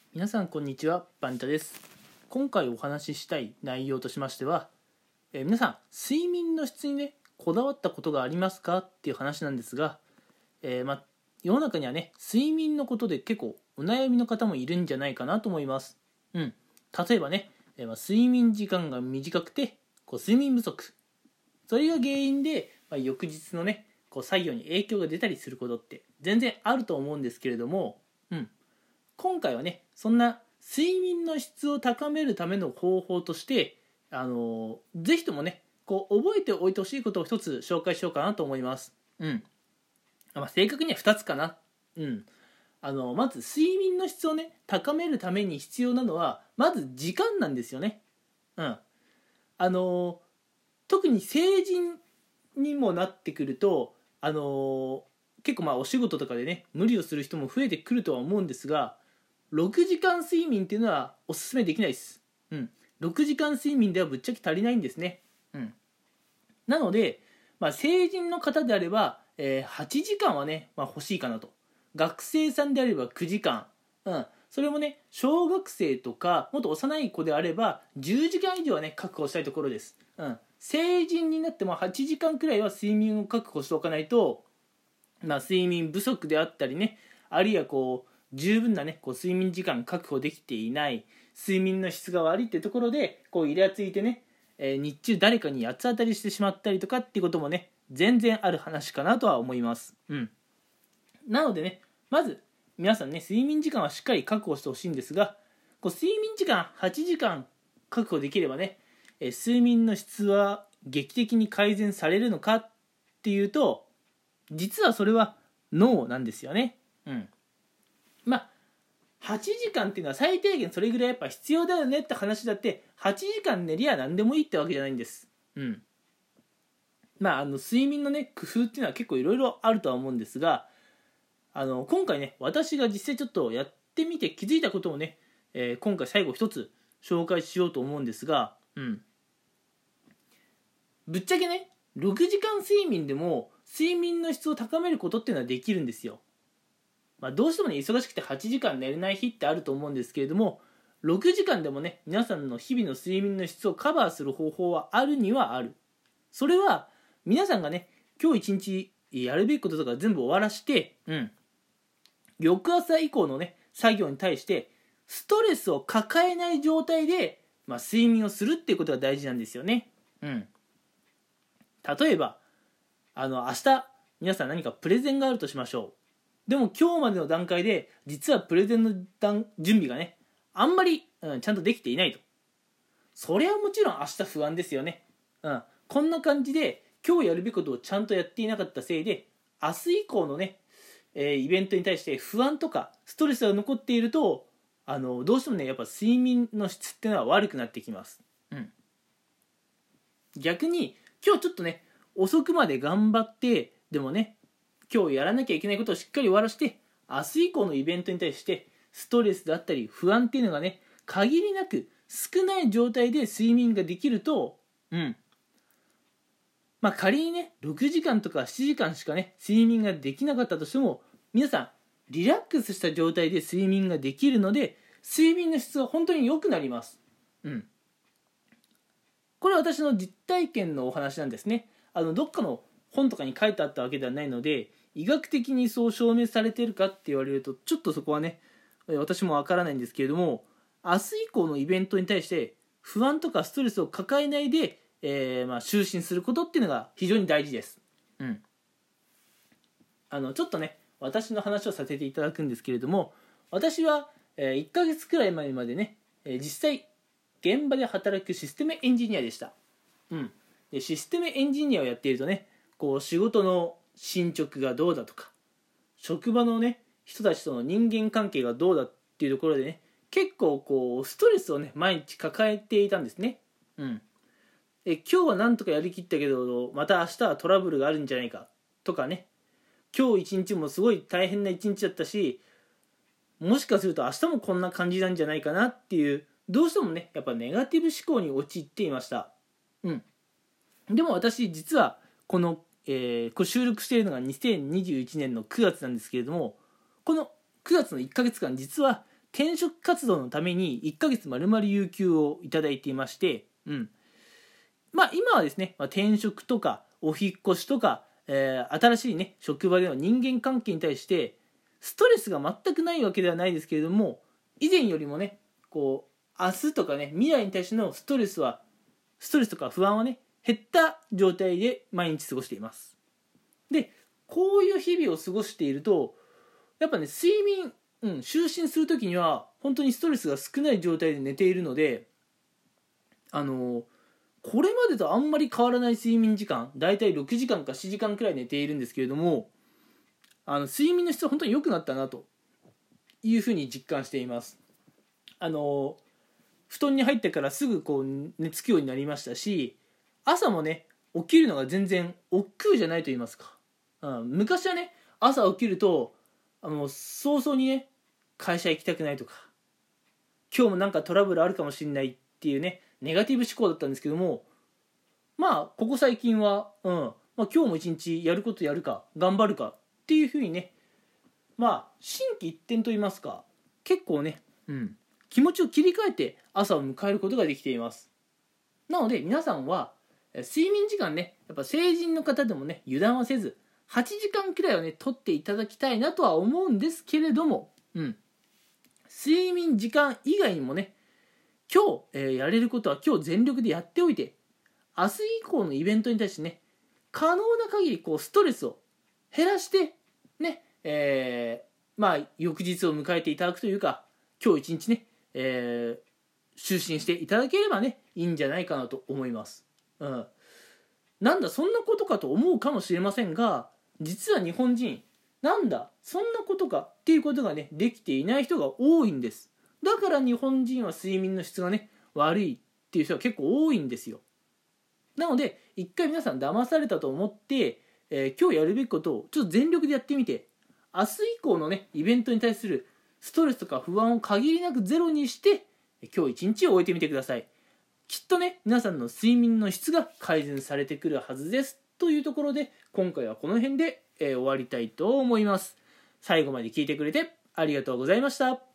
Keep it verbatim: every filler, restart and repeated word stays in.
皆さんこんにちは、バンタです。今回お話ししたい内容としましては、えー皆さん睡眠の質にねこだわったことがありますかっていう話なんですが、えーま、世の中にはね睡眠のことで結構お悩みの方もいるんじゃないかなと思います。うん、例えばね、えーま、睡眠時間が短くてこう睡眠不足、それが原因で、ま、翌日のねこう作業に影響が出たりすることって全然あると思うんですけれども、うん今回はねそんな睡眠の質を高めるための方法として、あのーぜひともねこう覚えておいてほしいことを一つ紹介しようかなと思います。うんまあ、正確にはふたつかな。うんあのまず睡眠の質をね高めるために必要なのはまず時間なんですよね。うんあのー特に成人にもなってくると、あのー結構まあお仕事とかでね無理をする人も増えてくるとは思うんですが、ろくじかん睡眠っていうのはおすすめできないです。うん、ろくじかん睡眠ではぶっちゃけ足りないんですね。うん、なので、まあ、成人の方であれば、えーはちじかんはね、まあ、欲しいかなと。学生さんであればくじかん、うん、それもね小学生とかもっと幼い子であればじゅうじかん以上はね確保したいところです。うん、成人になってもはちじかんくらいは睡眠を確保しておかないと、まあ、睡眠不足であったりね、あるいはこう十分なねこう睡眠時間確保できていない、睡眠の質が悪いってところでこうイラついてね、えー日中誰かに八つ当たりしてしまったりとかっていうこともね全然ある話かなとは思います。うんなのでね、まず皆さんね睡眠時間はしっかり確保してほしいんですが、こう睡眠時間はちじかん確保できればね、えー睡眠の質は劇的に改善されるのかっていうと、実はそれはノーなんですよね。うんまあはちじかんっていうのは最低限それぐらいやっぱ必要だよねって話だって、はちじかん寝りゃ何でもいいってわけじゃないんです。うんまああの睡眠のね工夫っていうのは結構いろいろあるとは思うんですが、あの今回ね私が実際ちょっとやってみて気づいたことをね、えー今回最後一つ紹介しようと思うんですが、うんぶっちゃけねろくじかん睡眠でも睡眠の質を高めることっていうのはできるんですよ。まあ、どうしてもね忙しくてはちじかん寝れない日ってあると思うんですけれども、ろくじかんでもね皆さんの日々の睡眠の質をカバーする方法はあるにはある。それは皆さんがね今日一日やるべきこととか全部終わらして、うん、翌朝以降のね作業に対してストレスを抱えない状態で、まあ、睡眠をするっていうことが大事なんですよね。うん、例えばあの明日皆さん何かプレゼンがあるとしましょう。でも今日までの段階で実はプレゼンの段準備がねあんまり、うん、ちゃんとできていないと、それはもちろん明日不安ですよね。うん、こんな感じで今日やるべきことをちゃんとやっていなかったせいで明日以降のね、えーイベントに対して不安とかストレスが残っていると、あのどうしてもねやっぱ睡眠の質っていうのは悪くなってきます。うん、逆に今日ちょっとね遅くまで頑張って、でもね今日やらなきゃいけないことをしっかり終わらせて明日以降のイベントに対してストレスだったり不安っていうのがね限りなく少ない状態で睡眠ができると、うんまあ仮にねろくじかんとかしちじかんしかね睡眠ができなかったとしても、皆さんリラックスした状態で睡眠ができるので睡眠の質は本当に良くなります。うんこれは私の実体験のお話なんですね。あのどっかの本とかに書いてあったわけではないので、医学的にそう証明されているかって言われるとちょっとそこはね私もわからないんですけれども、明日以降のイベントに対して不安とかストレスを抱えないで、えーまあ、就寝することっていうのが非常に大事です。うん、あのちょっとね私の話をさせていただくんですけれども、私は、えー、いっかげつくらい前までね、えー実際現場で働くシステムエンジニアでした。うん、でシステムエンジニアをやっているとねこう仕事の進捗がどうだとか職場のね人たちとの人間関係がどうだっていうところでね結構こうストレスをね毎日抱えていたんですね。うん、え今日はなんとかやりきったけどまた明日はトラブルがあるんじゃないかとかね、今日一日もすごい大変な一日だったし、もしかすると明日もこんな感じなんじゃないかなっていう、どうしてもねやっぱネガティブ思考に陥っていました。うんでも私実はこの、えー、これ収録しているのがにせんにじゅういちねんのくがつなんですけれども、このくがつのいっかげつかん実は転職活動のためにいっかげつ丸々有給をいただいていまして、うん、まあ今はですね、まあ、転職とかお引っ越しとか、えー、新しいね職場での人間関係に対してストレスが全くないわけではないですけれども、以前よりもねこう明日とかね未来に対してのストレスはストレスとか不安はね減った状態で毎日過ごしています。でこういう日々を過ごしているとやっぱね睡眠、うん、就寝する時には本当にストレスが少ない状態で寝ているので、あのこれまでとあんまり変わらない睡眠時間、だいたいろくじかんかしちじかんくらい寝ているんですけれども、あの睡眠の質は本当に良くなったなというふうに実感しています。あの布団に入ってからすぐこう寝つくようになりましたし、朝もね起きるのが全然億劫じゃないと言いますか、うん、昔はね朝起きるとあの早々にね会社行きたくないとか、今日もなんかトラブルあるかもしれないっていうねネガティブ思考だったんですけども、まあここ最近は、うんまあ、今日も一日やることやるか頑張るかっていうふうにね、まあ心機一転と言いますか、結構ね、うん、気持ちを切り替えて朝を迎えることができています。なので皆さんは睡眠時間ね、やっぱ成人の方でもね油断はせずはちじかんくらいはね取っていただきたいなとは思うんですけれども、うん、睡眠時間以外にもね今日、えー、やれることは今日全力でやっておいて、明日以降のイベントに対してね可能な限りこうストレスを減らしてね、えー、まあ翌日を迎えていただくというか、今日一日ね、えー、就寝していただければねいいんじゃないかなと思います。うん、なんだそんなことかと思うかもしれませんが、実は日本人なんだそんなことかっていうことがねできていない人が多いんです。だから日本人は睡眠の質がね悪いっていう人が結構多いんですよ。なので一回皆さん騙されたと思って、えー、今日やるべきことをちょっと全力でやってみて、明日以降のねイベントに対するストレスとか不安を限りなくゼロにして今日一日を終えてみてください。きっとね皆さんの睡眠の質が改善されてくるはずですというところで、今回はこの辺で、えー、終わりたいと思います。最後まで聞いてくれてありがとうございました。